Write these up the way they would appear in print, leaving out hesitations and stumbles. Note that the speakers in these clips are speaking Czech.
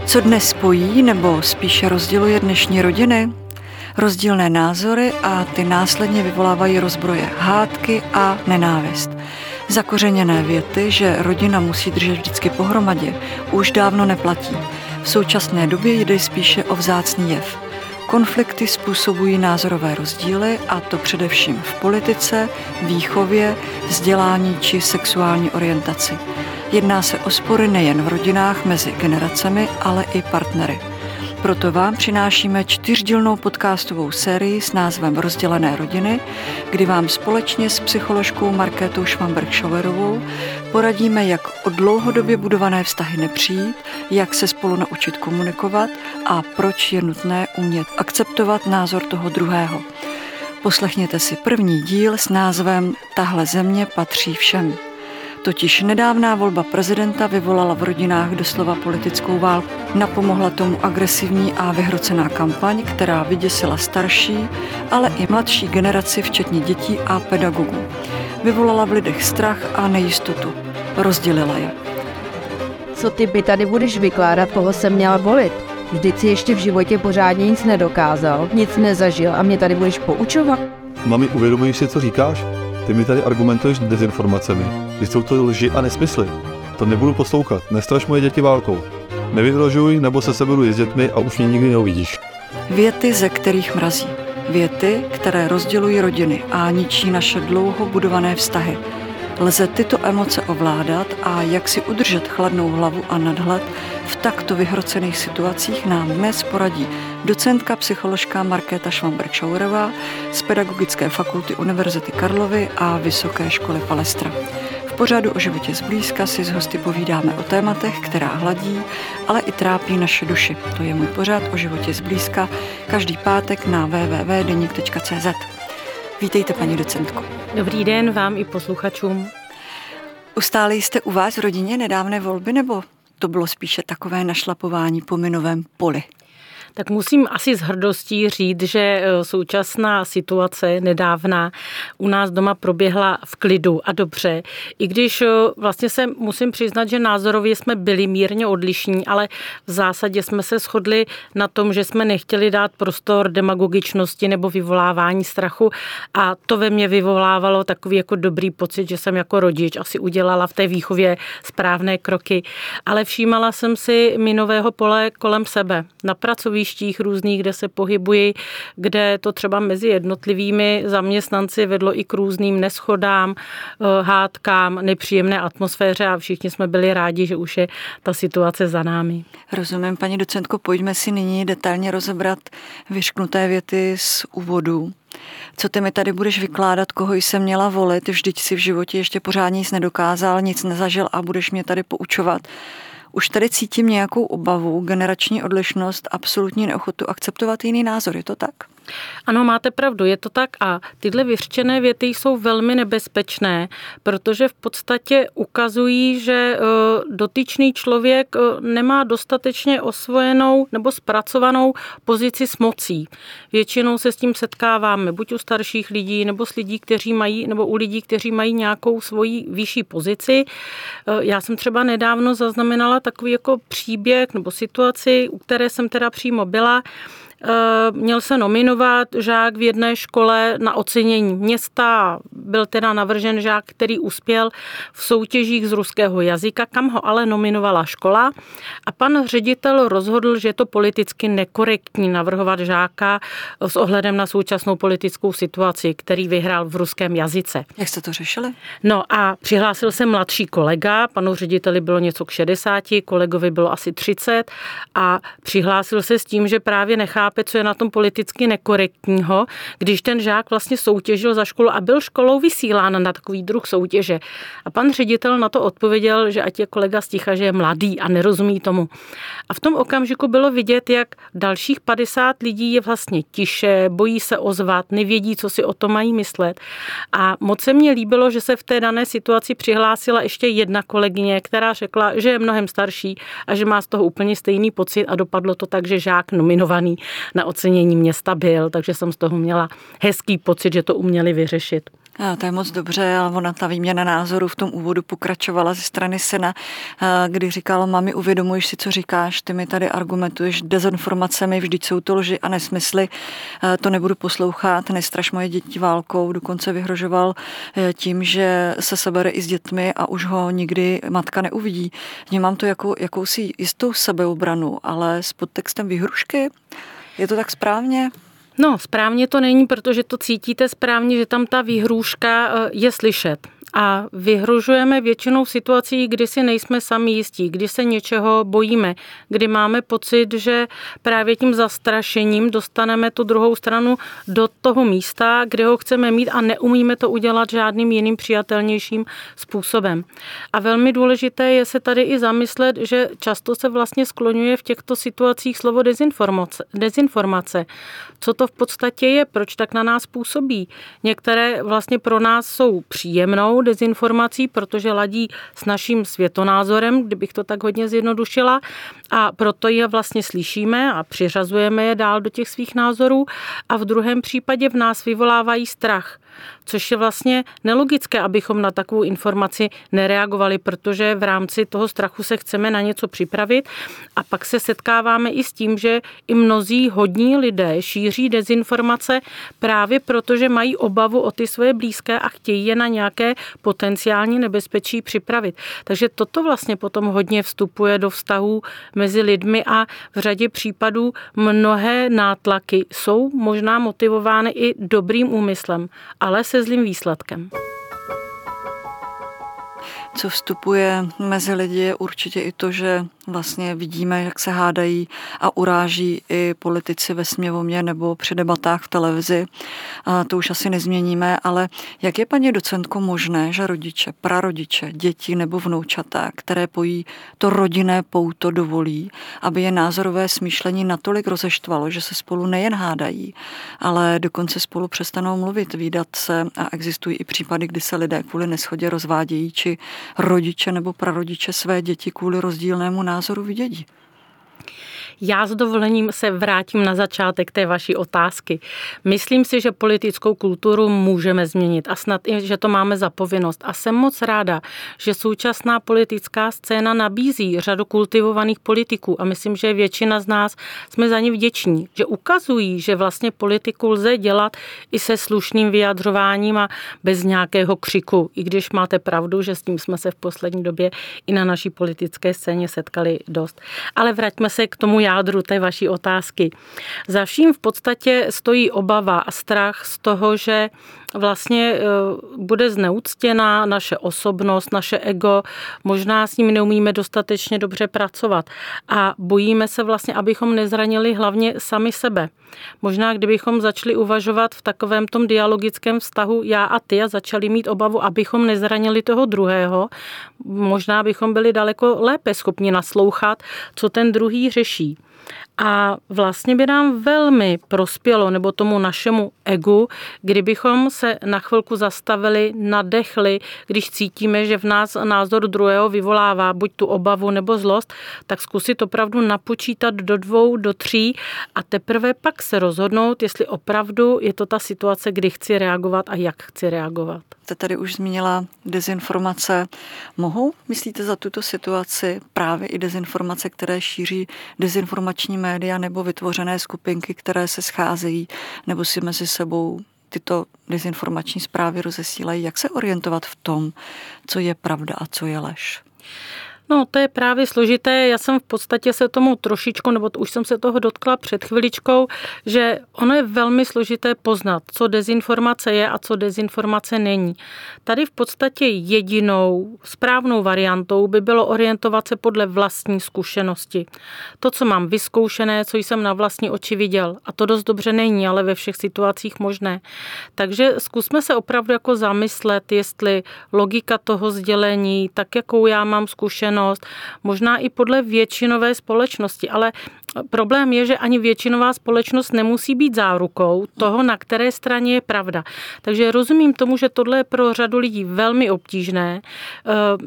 Co dnes spojí nebo spíše rozděluje dnešní rodiny? Rozdílné názory a ty následně vyvolávají rozbroje, hádky a nenávist. Zakořeněné věty, že rodina musí držet vždycky pohromadě, už dávno neplatí. V současné době jde spíše o vzácný jev. Konflikty způsobují názorové rozdíly, a to především v politice, výchově, vzdělání či sexuální orientaci. Jedná se o spory nejen v rodinách mezi generacemi, ale i partnery. Proto vám přinášíme 4dílnou podcastovou sérii s názvem Rozdělené rodiny, kdy vám společně s psycholožkou Markétou Švamberg-Schauerovou poradíme, jak o dlouhodobě budované vztahy nepřijít, jak se spolu naučit komunikovat a proč je nutné umět akceptovat názor toho druhého. Poslechněte si první díl s názvem Tahle země patří všem. Totiž nedávná volba prezidenta vyvolala v rodinách doslova politickou válku. Napomohla tomu agresivní a vyhrocená kampaň, která vyděsila starší, ale i mladší generaci, včetně dětí a pedagogů. Vyvolala v lidech strach a nejistotu. Rozdělila je. Co ty by tady budeš vykládat, koho jsem měla volit? Vždyť si ještě v životě pořádně nic nedokázal, nic nezažil a mě tady budeš poučovat? Mami, uvědomuješ si, co říkáš? Ty mi tady argumentuješ dezinformacemi, když jsou to lži a nesmysly. To nebudu poslouchat, nestraš moje děti válkou. Nevyhrožuj, nebo se seberu s dětmi a už mě nikdy neuvidíš. Věty, ze kterých mrazí. Věty, které rozdělují rodiny a ničí naše dlouho budované vztahy. Lze tyto emoce ovládat a jak si udržet chladnou hlavu a nadhled v takto vyhrocených situacích nám dnes poradí docentka psycholožka Markéta Švamberg-Schauerová z Pedagogické fakulty Univerzity Karlovy a Vysoké školy Palestra. V pořadu O životě zblízka si s hosty povídáme o tématech, která hladí, ale i trápí naše duši. To je můj pořad O životě zblízka každý pátek na www.denik.cz. Vítejte, paní docentko. Dobrý den vám i posluchačům. Ustáli jste u vás v rodině nedávné volby, nebo to bylo spíše takové našlapování po minovém poli? Tak musím asi s hrdostí říct, že současná situace nedávná u nás doma proběhla v klidu a dobře. I když vlastně se musím přiznat, že názorově jsme byli mírně odlišní, ale v zásadě jsme se shodli na tom, že jsme nechtěli dát prostor demagogičnosti nebo vyvolávání strachu, a to ve mně vyvolávalo takový jako dobrý pocit, že jsem jako rodič asi udělala v té výchově správné kroky. Ale všímala jsem si minového pole kolem sebe, na pracovištích různých, kde se pohybuji, kde to třeba mezi jednotlivými zaměstnanci vedlo i k různým neshodám, hádkám, nepříjemné atmosféře, a všichni jsme byli rádi, že už je ta situace za námi. Rozumím, paní docentko, pojďme si nyní detailně rozebrat vyřknuté věty z úvodu. Co ty mi tady budeš vykládat, koho jsem měla volit, vždyť si v životě ještě pořádně nic nedokázal, nic nezažil a budeš mě tady poučovat. Už tady cítím nějakou obavu, generační odlišnost, absolutní neochotu akceptovat jiný názor, je to tak? Ano, máte pravdu, je to tak, a tyhle vyřčené věty jsou velmi nebezpečné, protože v podstatě ukazují, že dotyčný člověk nemá dostatečně osvojenou nebo zpracovanou pozici s mocí. Většinou se s tím setkáváme buď u starších lidí, nebo s lidí, kteří mají, nebo u lidí, kteří mají nějakou svoji vyšší pozici. Já jsem třeba nedávno zaznamenala takový jako příběh nebo situaci, u které jsem teda přímo byla. Měl se nominovat žák v jedné škole na ocenění města. Byl teda navržen žák, který uspěl v soutěžích z ruského jazyka, kam ho ale nominovala škola. A pan ředitel rozhodl, že je to politicky nekorektní navrhovat žáka s ohledem na současnou politickou situaci, který vyhrál v ruském jazyce. Jak jste to řešili? No a přihlásil se mladší kolega, panu řediteli bylo něco k 60, kolegovi bylo asi 30, a přihlásil se s tím, že právě nechápe, co je na tom politicky nekorektního, když ten žák vlastně soutěžil za školu a byl školou vysílán na takový druh soutěže. A pan ředitel na to odpověděl, že ať je kolega sticha, že je mladý a nerozumí tomu. A v tom okamžiku bylo vidět, jak dalších 50 lidí je vlastně tiše, bojí se ozvat, nevědí, co si o tom mají myslet. A moc se mně líbilo, že se v té dané situaci přihlásila ještě jedna kolegyně, která řekla, že je mnohem starší a že má z toho úplně stejný pocit, a dopadlo to tak, že žák nominovaný na ocenění města byl, takže jsem z toho měla hezký pocit, že to uměli vyřešit. To je moc dobře, ale ona ta výměna názorů v tom úvodu pokračovala ze strany syna, kdy říkal: mami, uvědomuješ si, co říkáš, ty mi tady argumentuješ dezinformacemi, vždyť jsou to lži a nesmysly, to nebudu poslouchat, nestraš moje děti válkou, dokonce vyhrožoval tím, že se sebere i s dětmi a už ho nikdy matka neuvidí. Vnímám to jako jakousi jistou sebeobranu, ale s podtextem výhrušky. Je to tak správně? No, správně to není, protože to cítíte správně, že tam ta výhrůžka je slyšet. A vyhrožujeme většinou v situacích, kdy si nejsme sami jistí, kdy se něčeho bojíme, kdy máme pocit, že právě tím zastrašením dostaneme tu druhou stranu do toho místa, kde ho chceme mít a neumíme to udělat žádným jiným přijatelnějším způsobem. A velmi důležité je se tady i zamyslet, že často se vlastně skloňuje v těchto situacích slovo dezinformace. Co to v podstatě je, proč tak na nás působí? Některé vlastně pro nás jsou příjemnou dezinformací, protože ladí s naším světonázorem, kdybych to tak hodně zjednodušila, a proto je vlastně slyšíme a přiřazujeme je dál do těch svých názorů, a v druhém případě v nás vyvolávají strach, což je vlastně nelogické, abychom na takovou informaci nereagovali, protože v rámci toho strachu se chceme na něco připravit, a pak se setkáváme i s tím, že i mnozí hodní lidé šíří dezinformace právě proto, že mají obavu o ty svoje blízké a chtějí je na nějaké potenciální nebezpečí připravit. Takže toto vlastně potom hodně vstupuje do vztahů mezi lidmi a v řadě případů mnohé nátlaky jsou možná motivovány i dobrým úmyslem, ale se zlým výsledkem. Co vstupuje mezi lidi, je určitě i to, že vlastně vidíme, jak se hádají a uráží i politici ve sněmovně nebo při debatách v televizi. A to už asi nezměníme, ale jak je, paní docentko, možné, že rodiče, prarodiče, děti nebo vnoučata, které pojí to rodinné pouto, dovolí, aby je názorové smýšlení natolik rozeštvalo, že se spolu nejen hádají, ale dokonce spolu přestanou mluvit, vídat se, a existují i případy, kdy se lidé kvůli neshodě rozvádějí, či rodiče nebo prarodiče své děti kvůli rozdílnému názoru vydědí. Já s dovolením se vrátím na začátek té vaší otázky. Myslím si, že politickou kulturu můžeme změnit a snad i, že to máme za povinnost. A jsem moc ráda, že současná politická scéna nabízí řadu kultivovaných politiků a myslím, že většina z nás jsme za ně vděční, že ukazují, že vlastně politiku lze dělat i se slušným vyjadřováním a bez nějakého křiku. I když máte pravdu, že s tím jsme se v poslední době i na naší politické scéně setkali dost. Ale vraťme se k tomu jádru té vaší otázky. Za vším v podstatě stojí obava a strach z toho, že vlastně bude zneuctěná naše osobnost, naše ego, možná s ním neumíme dostatečně dobře pracovat a bojíme se vlastně, abychom nezranili hlavně sami sebe. Možná kdybychom začali uvažovat v takovém tom dialogickém vztahu já a ty a začali mít obavu, abychom nezranili toho druhého, možná bychom byli daleko lépe schopni naslouchat, co ten druhý řeší. A vlastně by nám velmi prospělo, nebo tomu našemu egu, kdybychom se na chvilku zastavili, nadechli, když cítíme, že v nás názor druhého vyvolává buď tu obavu nebo zlost, tak zkusit opravdu napočítat do 2, do 3 a teprve pak se rozhodnout, jestli opravdu je to ta situace, kdy chci reagovat a jak chci reagovat. Jste tady už zmínila dezinformace. Mohou, myslíte, za tuto situaci právě i dezinformace, které šíří dezinformační média nebo vytvořené skupinky, které se scházejí nebo si mezi sebou tyto dezinformační zprávy rozesílají? Jak se orientovat v tom, co je pravda a co je lež? No, to je právě složité. Já jsem v podstatě se tomu trošičku, nebo už jsem se toho dotkla před chviličkou, že ono je velmi složité poznat, co dezinformace je a co dezinformace není. Tady v podstatě jedinou správnou variantou by bylo orientovat se podle vlastní zkušenosti. To, co mám vyzkoušené, co jsem na vlastní oči viděl. A to dost dobře není, ale ve všech situacích možné. Takže zkusme se opravdu jako zamyslet, jestli logika toho sdělení, tak jakou já mám zkušenost, možná i podle většinové společnosti, ale problém je, že ani většinová společnost nemusí být zárukou toho, na které straně je pravda. Takže rozumím tomu, že tohle je pro řadu lidí velmi obtížné.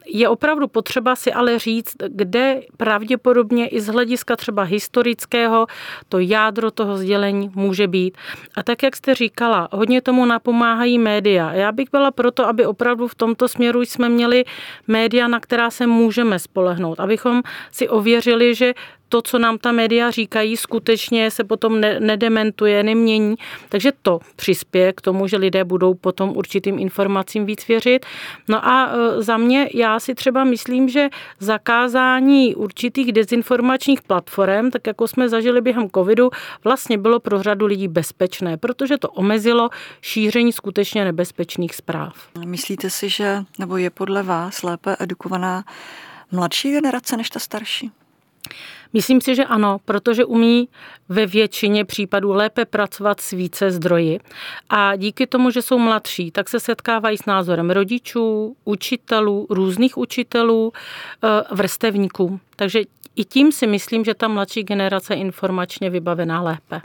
je opravdu potřeba si ale říct, kde pravděpodobně i z hlediska třeba historického to jádro toho sdělení může být. A tak, jak jste říkala, hodně tomu napomáhají média. Já bych byla proto, aby opravdu v tomto směru jsme měli média, na která se můžeme spolehnout, abychom si ověřili, že to, co nám ta média říkají, skutečně se potom nedementuje, nemění. Takže to přispěje k tomu, že lidé budou potom určitým informacím víc věřit. No a za mě, já si třeba myslím, že zakázání určitých dezinformačních platform, tak jako jsme zažili během covidu, vlastně bylo pro řadu lidí bezpečné, protože to omezilo šíření skutečně nebezpečných zpráv. Myslíte si, že, nebo je podle vás lépe edukovaná mladší generace než ta starší? Myslím si, že ano, protože umí ve většině případů lépe pracovat s více zdroji a díky tomu, že jsou mladší, tak se setkávají s názorem rodičů, učitelů, různých učitelů, vrstevníků. Takže i tím si myslím, že ta mladší generace je informačně vybavená lépe.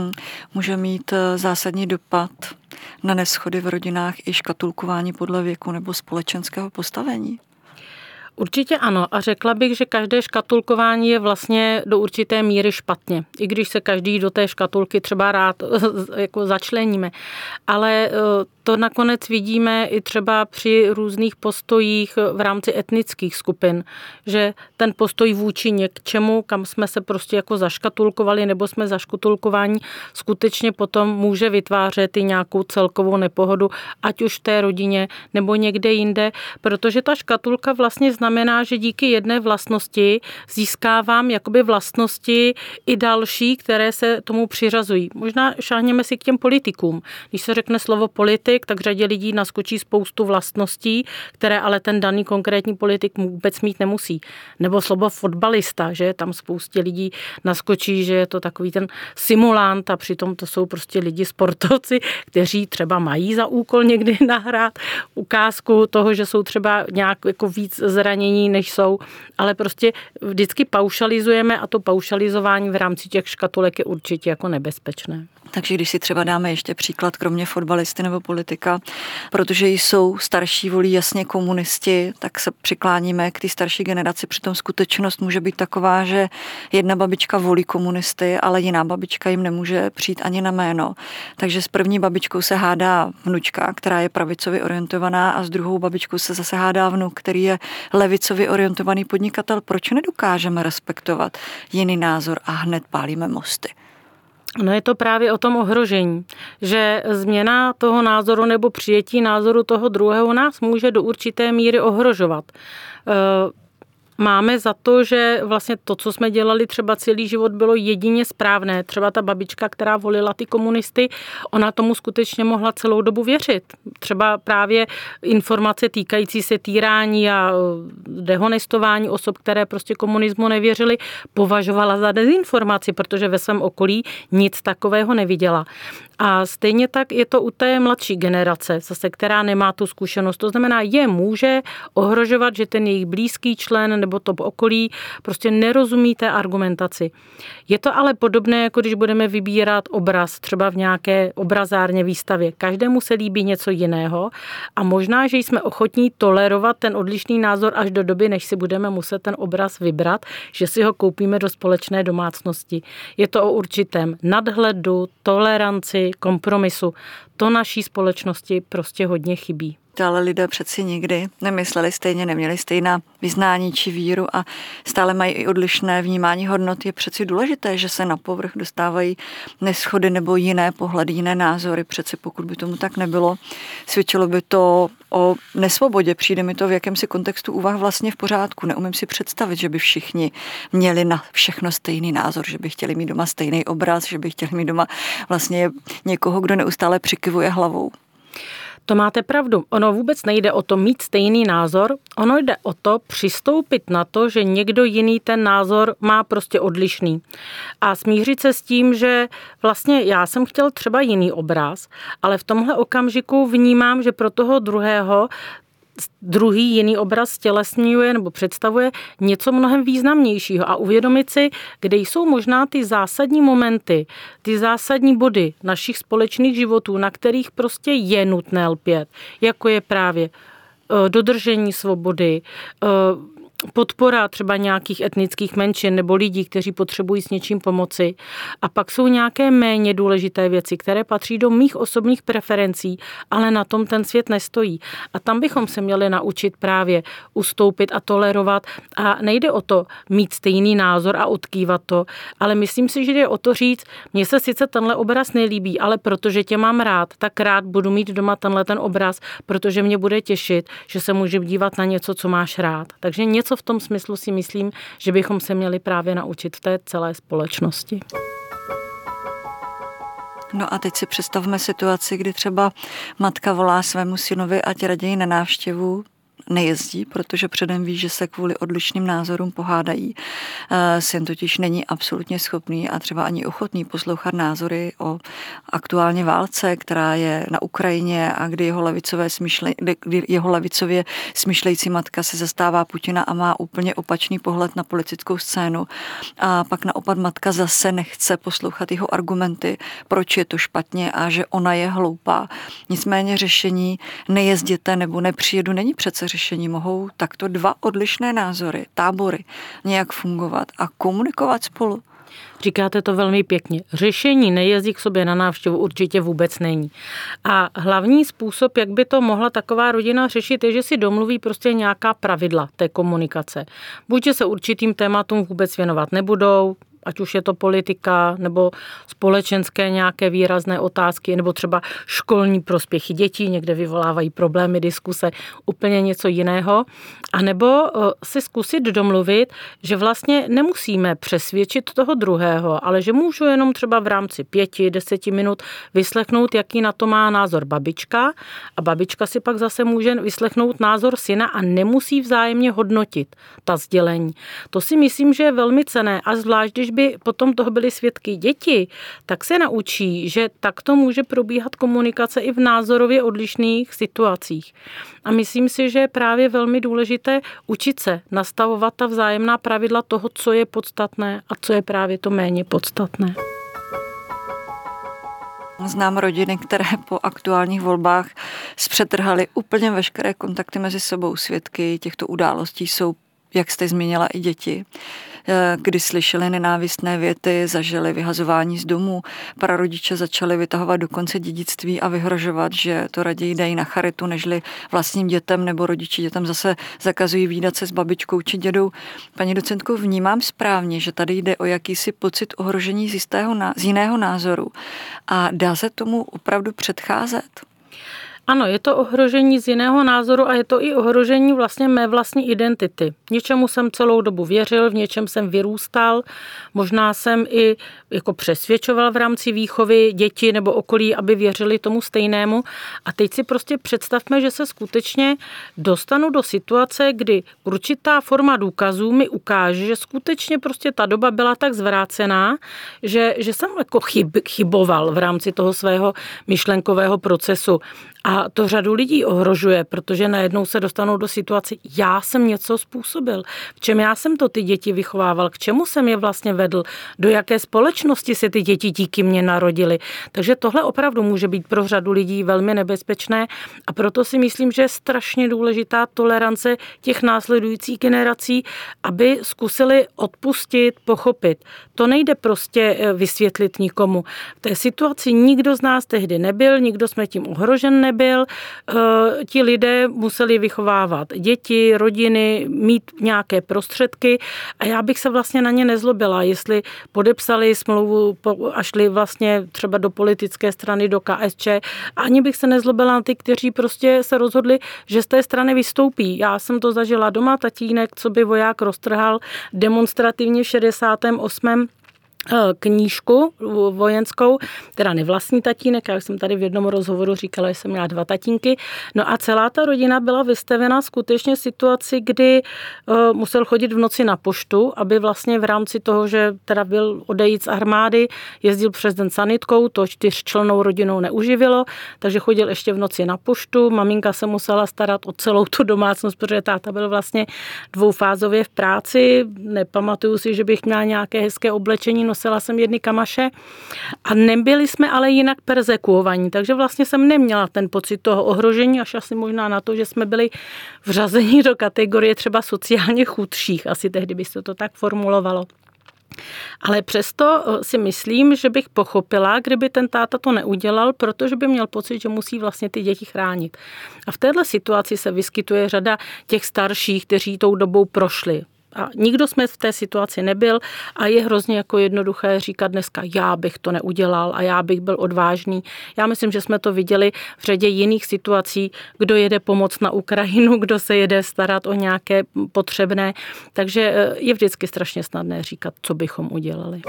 Může mít zásadní dopad na neshody v rodinách i škatulkování podle věku nebo společenského postavení? Určitě ano a řekla bych, že každé škatulkování je vlastně do určité míry špatně, i když se každý do té škatulky třeba rád jako začleníme. Ale to nakonec vidíme i třeba při různých postojích v rámci etnických skupin, že ten postoj vůči něčemu, kam jsme se prostě jako zaškatulkovali nebo jsme zaškatulkování, skutečně potom může vytvářet i nějakou celkovou nepohodu, ať už v té rodině nebo někde jinde, protože ta škatulka vlastně znamená, že díky jedné vlastnosti získávám jakoby vlastnosti i další, které se tomu přiřazují. Možná šáhněme si k těm politikům. Když se řekne slovo politik, tak řadě lidí naskočí spoustu vlastností, které ale ten daný konkrétní politik vůbec mít nemusí. Nebo slovo fotbalista, že tam spoustě lidí naskočí, že je to takový ten simulant a přitom to jsou prostě lidi sportovci, kteří třeba mají za úkol někdy nahrát ukázku toho, že jsou třeba nějak jako víc zranění, než jsou, ale prostě vždycky paušalizujeme a to paušalizování v rámci těch škatulek je určitě jako nebezpečné. Takže když si třeba dáme ještě příklad, kromě fotbalisty nebo politika, protože jsou starší, volí jasně komunisti, tak se přikláníme k té starší generaci. Přitom skutečnost může být taková, že jedna babička volí komunisty, ale jiná babička jim nemůže přijít ani na jméno. Takže s první babičkou se hádá vnučka, která je pravicově orientovaná, a s druhou babičkou se zase hádá vnuk, který je levicově orientovaný podnikatel. Proč nedokážeme respektovat jiný názor a hned pálíme mosty? No je to právě o tom ohrožení, že změna toho názoru nebo přijetí názoru toho druhého nás může do určité míry ohrožovat. Máme za to, že vlastně to, co jsme dělali třeba celý život, bylo jedině správné. Třeba ta babička, která volila ty komunisty, ona tomu skutečně mohla celou dobu věřit. Třeba právě informace týkající se týrání a dehonestování osob, které prostě komunismu nevěřily, považovala za dezinformaci, protože ve svém okolí nic takového neviděla. A stejně tak je to u té mladší generace, zase, která nemá tu zkušenost. To znamená, je může ohrožovat, že ten jejich blízký člen nebo to okolí prostě nerozumí té argumentaci. Je to ale podobné, jako když budeme vybírat obraz třeba v nějaké obrazárně výstavě. Každému se líbí něco jiného a možná, že jsme ochotní tolerovat ten odlišný názor až do doby, než si budeme muset ten obraz vybrat, že si ho koupíme do společné domácnosti. Je to o určitém nadhledu, toleranci, kompromisu. To naší společnosti prostě hodně chybí. Ale lidé přeci nikdy nemysleli stejně, neměli stejná vyznání či víru a stále mají i odlišné vnímání hodnot. Je přeci důležité, že se na povrch dostávají neshody nebo jiné pohledy, jiné názory. Přeci pokud by tomu tak nebylo, svědčilo by to o nesvobodě. Přijde mi to v jakémsi kontextu úvah vlastně v pořádku. Neumím si představit, že by všichni měli na všechno stejný názor, že by chtěli mít doma stejný obraz, že by chtěli mít doma vlastně někoho, kdo neustále přikyvuje hlavou. To máte pravdu. Ono vůbec nejde o to mít stejný názor, ono jde o to přistoupit na to, že někdo jiný ten názor má prostě odlišný. A smířit se s tím, že vlastně já jsem chtěl třeba jiný obraz, ale v tomhle okamžiku vnímám, že pro toho druhého druhý jiný obraz stělesňuje nebo představuje něco mnohem významnějšího a uvědomit si, kde jsou možná ty zásadní momenty, ty zásadní body našich společných životů, na kterých prostě je nutné lpět, jako je právě dodržení svobody, podpora třeba nějakých etnických menšin nebo lidí, kteří potřebují s něčím pomoci. A pak jsou nějaké méně důležité věci, které patří do mých osobních preferencí, ale na tom ten svět nestojí. A tam bychom se měli naučit právě ustoupit a tolerovat. A nejde o to mít stejný názor a odkývat to, ale myslím si, že jde o to říct, mně se sice tenhle obraz nelíbí, ale protože tě mám rád, tak rád budu mít doma tenhle ten obraz, protože mě bude těšit, že se můžu dívat na něco, co máš rád. Takže něco v tom smyslu si myslím, že bychom se měli právě naučit v té celé společnosti. No a teď si představme situaci, kdy třeba matka volá svému synovi, ať raději na návštěvu nejezdí, protože předem ví, že se kvůli odlišným názorům pohádají. Syn totiž není absolutně schopný a třeba ani ochotný poslouchat názory o aktuálně válce, která je na Ukrajině a kdy jeho levicově smýšlející matka se zastává Putina a má úplně opačný pohled na politickou scénu. A pak naopak matka zase nechce poslouchat jeho argumenty, proč je to špatně a že ona je hloupá. Nicméně řešení nejezděte nebo nepřijedu není přece řešení. Mohou takto dva odlišné názory, tábory nějak fungovat a komunikovat spolu. Říkáte to velmi pěkně. Řešení nejezdí k sobě na návštěvu určitě vůbec není. A hlavní způsob, jak by to mohla taková rodina řešit, je, že si domluví prostě nějaká pravidla té komunikace. Buď, že se určitým tématům vůbec věnovat nebudou, ať už je to politika, nebo společenské nějaké výrazné otázky, nebo třeba školní prospěchy dětí, někde vyvolávají problémy, diskuse, úplně něco jiného. A nebo si zkusit domluvit, že vlastně nemusíme přesvědčit toho druhého, ale že můžu jenom třeba v rámci 5-10 minut vyslechnout, jaký na to má názor babička a babička si pak zase může vyslechnout názor syna a nemusí vzájemně hodnotit ta sdělení. To si myslím, že je velmi cenné a zvlášť, když by potom toho byly svědky děti, tak se naučí, že takto může probíhat komunikace i v názorově odlišných situacích. A myslím si, že je právě velmi důležité učit se nastavovat ta vzájemná pravidla toho, co je podstatné a co je právě to méně podstatné. Znám rodiny, které po aktuálních volbách zpřetrhaly úplně veškeré kontakty mezi sebou. Svědky těchto událostí jsou, jak jste zmínila, i děti, kdy slyšeli nenávistné věty, zažili vyhazování z domů, prarodiče začali vytahovat dokonce dědictví a vyhrožovat, že to raději dají na charitu, nežli vlastním dětem, nebo rodiči dětem zase zakazují vídat se s babičkou či dědou. Paní docentko, vnímám správně, že tady jde o jakýsi pocit ohrožení z jiného názoru a dá se tomu opravdu předcházet? Ano, je to ohrožení z jiného názoru a je to i ohrožení vlastně mé vlastní identity. Něčemu jsem celou dobu věřil, v něčem jsem vyrůstal, možná jsem i jako přesvědčoval v rámci výchovy děti nebo okolí, aby věřili tomu stejnému. A teď si prostě představme, že se skutečně dostanu do situace, kdy určitá forma důkazů mi ukáže, že skutečně prostě ta doba byla tak zvrácená, že jsem jako chyboval v rámci toho svého myšlenkového procesu. A to řadu lidí ohrožuje, protože najednou se dostanou do situace, já jsem něco způsobil, v čem já jsem to ty děti vychovával, k čemu jsem je vlastně vedl, do jaké společnosti se ty děti díky mně narodily. Takže tohle opravdu může být pro řadu lidí velmi nebezpečné a proto si myslím, že je strašně důležitá tolerance těch následujících generací, aby zkusili odpustit, pochopit. To nejde prostě vysvětlit nikomu. V té situaci nikdo z nás tehdy nebyl, nikdo jsme tím ohrožen nebyl. Ti lidé museli vychovávat děti, rodiny, mít nějaké prostředky a já bych se vlastně na ně nezlobila, jestli podepsali smlouvu a šli vlastně třeba do politické strany, do KSČ. Ani bych se nezlobila na ty, kteří prostě se rozhodli, že z té strany vystoupí. Já jsem to zažila doma, tatínek, co by voják roztrhal demonstrativně v 68. knížku vojenskou, teda nevlastní tatínek, jak jsem tady v jednom rozhovoru říkala, že jsem měla 2 tatínky. No a celá ta rodina byla vystavena skutečně situaci, kdy musel chodit v noci na poštu, aby vlastně v rámci toho, že teda byl odejít z armády, jezdil přes den sanitkou, to 4člennou rodinou neuživilo, takže chodil ještě v noci na poštu. Maminka se musela starat o celou tu domácnost, protože táta byl vlastně dvoufázově v práci. Nepamatuju si, že bych měla nějaké hezké oblečení, nosila jsem jedny kamaše a nebyli jsme ale jinak perzekuovaní, takže vlastně jsem neměla ten pocit toho ohrožení, až asi možná na to, že jsme byli vřazení do kategorie třeba sociálně chudších, asi tehdy by se to tak formulovalo. Ale přesto si myslím, že bych pochopila, kdyby ten táta to neudělal, protože by měl pocit, že musí vlastně ty děti chránit. A v téhle situaci se vyskytuje řada těch starších, kteří tou dobou prošli. A nikdo jsme v té situaci nebyl a je hrozně jako jednoduché říkat dneska, já bych to neudělal a já bych byl odvážný. Já myslím, že jsme to viděli v řadě jiných situací, kdo jede pomoct na Ukrajinu, kdo se jede starat o nějaké potřebné. Takže je vždycky strašně snadné říkat, co bychom udělali.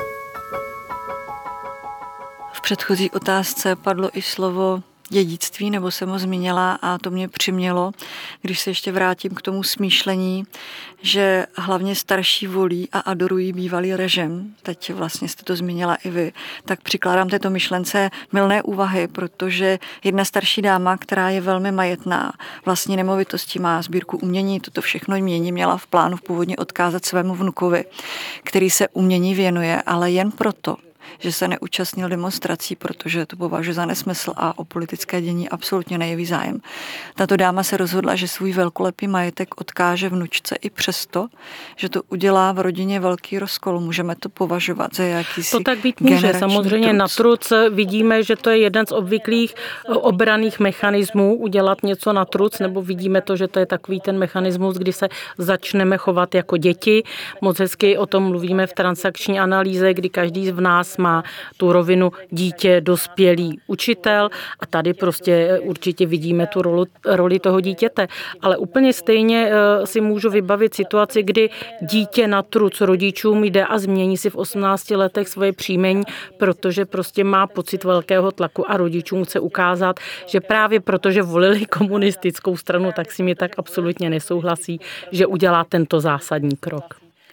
V předchozí otázce padlo i slovo dědictví, nebo jsem ho zmínila a to mě přimělo, když se ještě vrátím k tomu smýšlení, že hlavně starší volí a adorují bývalý režim. Teď vlastně jste to zmínila i vy. Tak přikládám této myšlence mylné úvahy, protože jedna starší dáma, která je velmi majetná, vlastní nemovitosti, má sbírku umění, toto všechno mění, měla v plánu původně odkázat svému vnukovi, který se umění věnuje, ale jen proto, že se neúčastnil demonstrací, protože to považuje za nesmysl a o politické dění absolutně nejeví zájem. Tato dáma se rozhodla, že svůj velkolepý majetek odkáže vnučce i přesto, že to udělá v rodině velký rozkol. Můžeme to považovat za jakýsi to tak být může. Samozřejmě na truc vidíme, že to je jeden z obvyklých obranných mechanismů udělat něco na truc, nebo vidíme to, že to je takový ten mechanismus, kdy se začneme chovat jako děti. Moc hezky o tom mluvíme v transakční analýze, kdy každý z nás má tu rovinu dítě, dospělý, učitel a tady prostě určitě vidíme tu roli toho dítěte. Ale úplně stejně si můžu vybavit situaci, kdy dítě na truc rodičům jde a změní si v 18 letech svoje příjmení, protože prostě má pocit velkého tlaku a rodičům chce ukázat, že právě protože volili komunistickou stranu, tak si mi tak absolutně nesouhlasí, že udělá tento zásadní krok.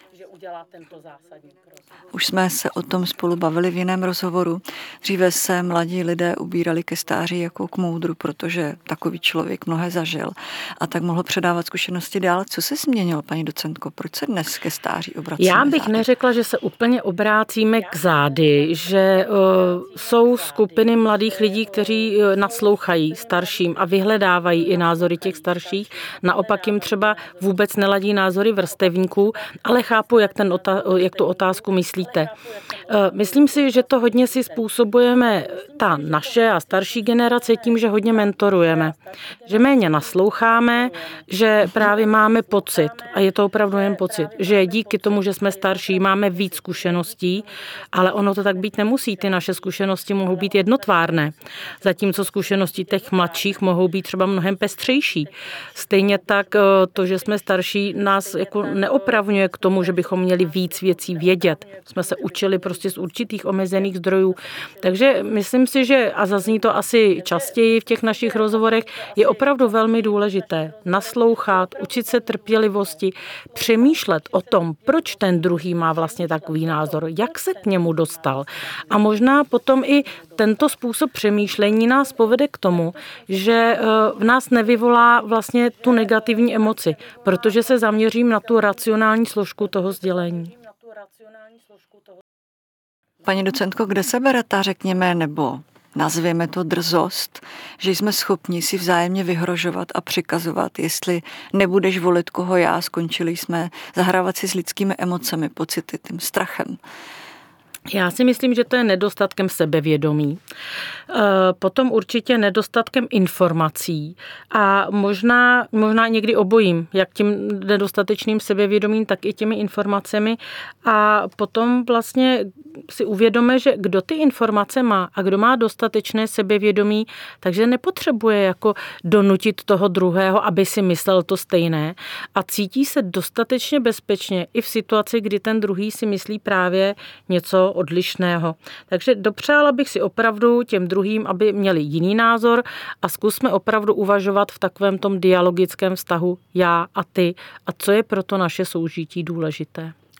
Už jsme se o tom spolu bavili v jiném rozhovoru. Dříve se mladí lidé ubírali ke stáří jako k moudru, protože takový člověk mnohé zažil a tak mohl předávat zkušenosti dál. Co se změnilo, paní docentko? Proč se dnes ke stáří obracíme? Já bych neřekla, že se úplně obrácíme k zády, že jsou skupiny mladých lidí, kteří naslouchají starším a vyhledávají i názory těch starších. Naopak jim třeba vůbec neladí názory vrstevníků, ale chápu, jak tu otázku myslíte. Myslím si, že to hodně si způsobujeme ta naše a starší generace tím, že hodně mentorujeme. Že méně nasloucháme, že právě máme pocit, a je to opravdu jen pocit, že díky tomu, že jsme starší, máme víc zkušeností, ale ono to tak být nemusí. Ty naše zkušenosti mohou být jednotvárné, zatímco zkušenosti těch mladších mohou být třeba mnohem pestřejší. Stejně tak to, že jsme starší, nás jako neopravňuje k tomu, že bychom měli víc věcí vědět. Jsme se učili prostě z určitých omezených zdrojů. Takže myslím si, že, a zazní to asi častěji v těch našich rozhovorech, je opravdu velmi důležité naslouchat, učit se trpělivosti, přemýšlet o tom, proč ten druhý má vlastně takový názor, jak se k němu dostal. A možná potom i tento způsob přemýšlení nás povede k tomu, že v nás nevyvolá vlastně tu negativní emoci, protože se zaměřím na tu racionální složku toho sdělení. Paní docentko, kde se bere ta, řekněme, nebo nazvěme to drzost, že jsme schopni si vzájemně vyhrožovat a přikazovat, jestli nebudeš volit koho já, skončili jsme, zahrávat si s lidskými emocemi, pocity, tím strachem. Já si myslím, že to je nedostatkem sebevědomí, potom určitě nedostatkem informací a možná někdy obojím, jak tím nedostatečným sebevědomím, tak i těmi informacemi a potom vlastně si uvědomíme, že kdo ty informace má a kdo má dostatečné sebevědomí, takže nepotřebuje jako donutit toho druhého, aby si myslel to stejné a cítí se dostatečně bezpečně i v situaci, kdy ten druhý si myslí právě něco odlišného. Takže dopřála bych si opravdu těm druhým, aby měli jiný názor a zkusme opravdu uvažovat v takovém tom dialogickém vztahu já a ty a co je pro to naše soužití důležité.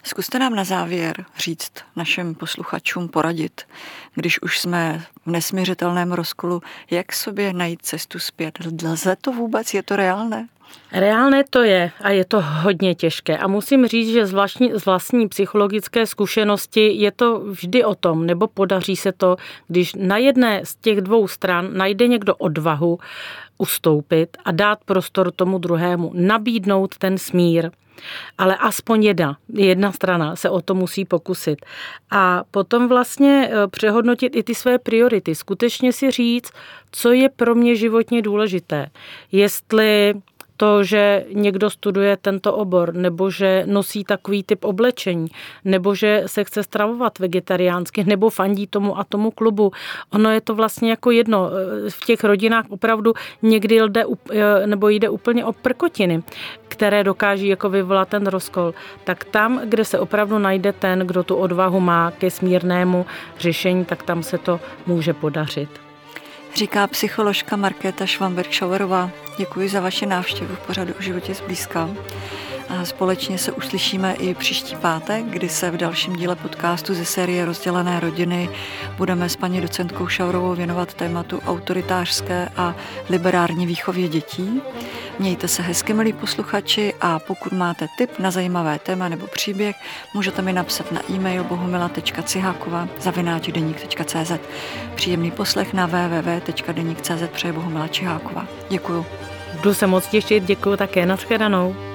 Zkuste nám na závěr říct našim posluchačům, poradit, když už jsme v nesmiřitelném rozkolu, jak sobě najít cestu zpět. Lze to vůbec? Je to reálné? Reálné to je a je to hodně těžké. A musím říct, že z vlastní psychologické zkušenosti je to vždy o tom, nebo podaří se to, když na jedné z těch dvou stran najde někdo odvahu ustoupit a dát prostor tomu druhému, nabídnout ten smír. Ale aspoň jedna strana se o to musí pokusit. A potom vlastně přehodnotit i ty své priority. Skutečně si říct, co je pro mě životně důležité. Jestli to, že někdo studuje tento obor, nebo že nosí takový typ oblečení, nebo že se chce stravovat vegetariánsky, nebo fandí tomu a tomu klubu. Ono je to vlastně jako jedno. V těch rodinách opravdu někdy jde úplně o prkotiny, které dokáží jako vyvolat ten rozkol. Tak tam, kde se opravdu najde ten, kdo tu odvahu má ke smírnému řešení, tak tam se to může podařit. Říká psycholožka Markéta Švamberg-Schauerová. Děkuji za vaši návštěvu v pořadu O životě zblízka. A společně se uslyšíme i příští pátek, kdy se v dalším díle podcastu ze série Rozdělené rodiny budeme s paní docentkou Schauerovou věnovat tématu autoritářské a liberární výchově dětí. Mějte se hezky, milí posluchači, a pokud máte tip na zajímavé téma nebo příběh, můžete mi napsat na e-mail bohumila.cihakova@denik.cz. Příjemný poslech na www.denik.cz přeje Bohumila Čiháková. Děkuju. Budu se moc těšit, děkuju také, nashledanou.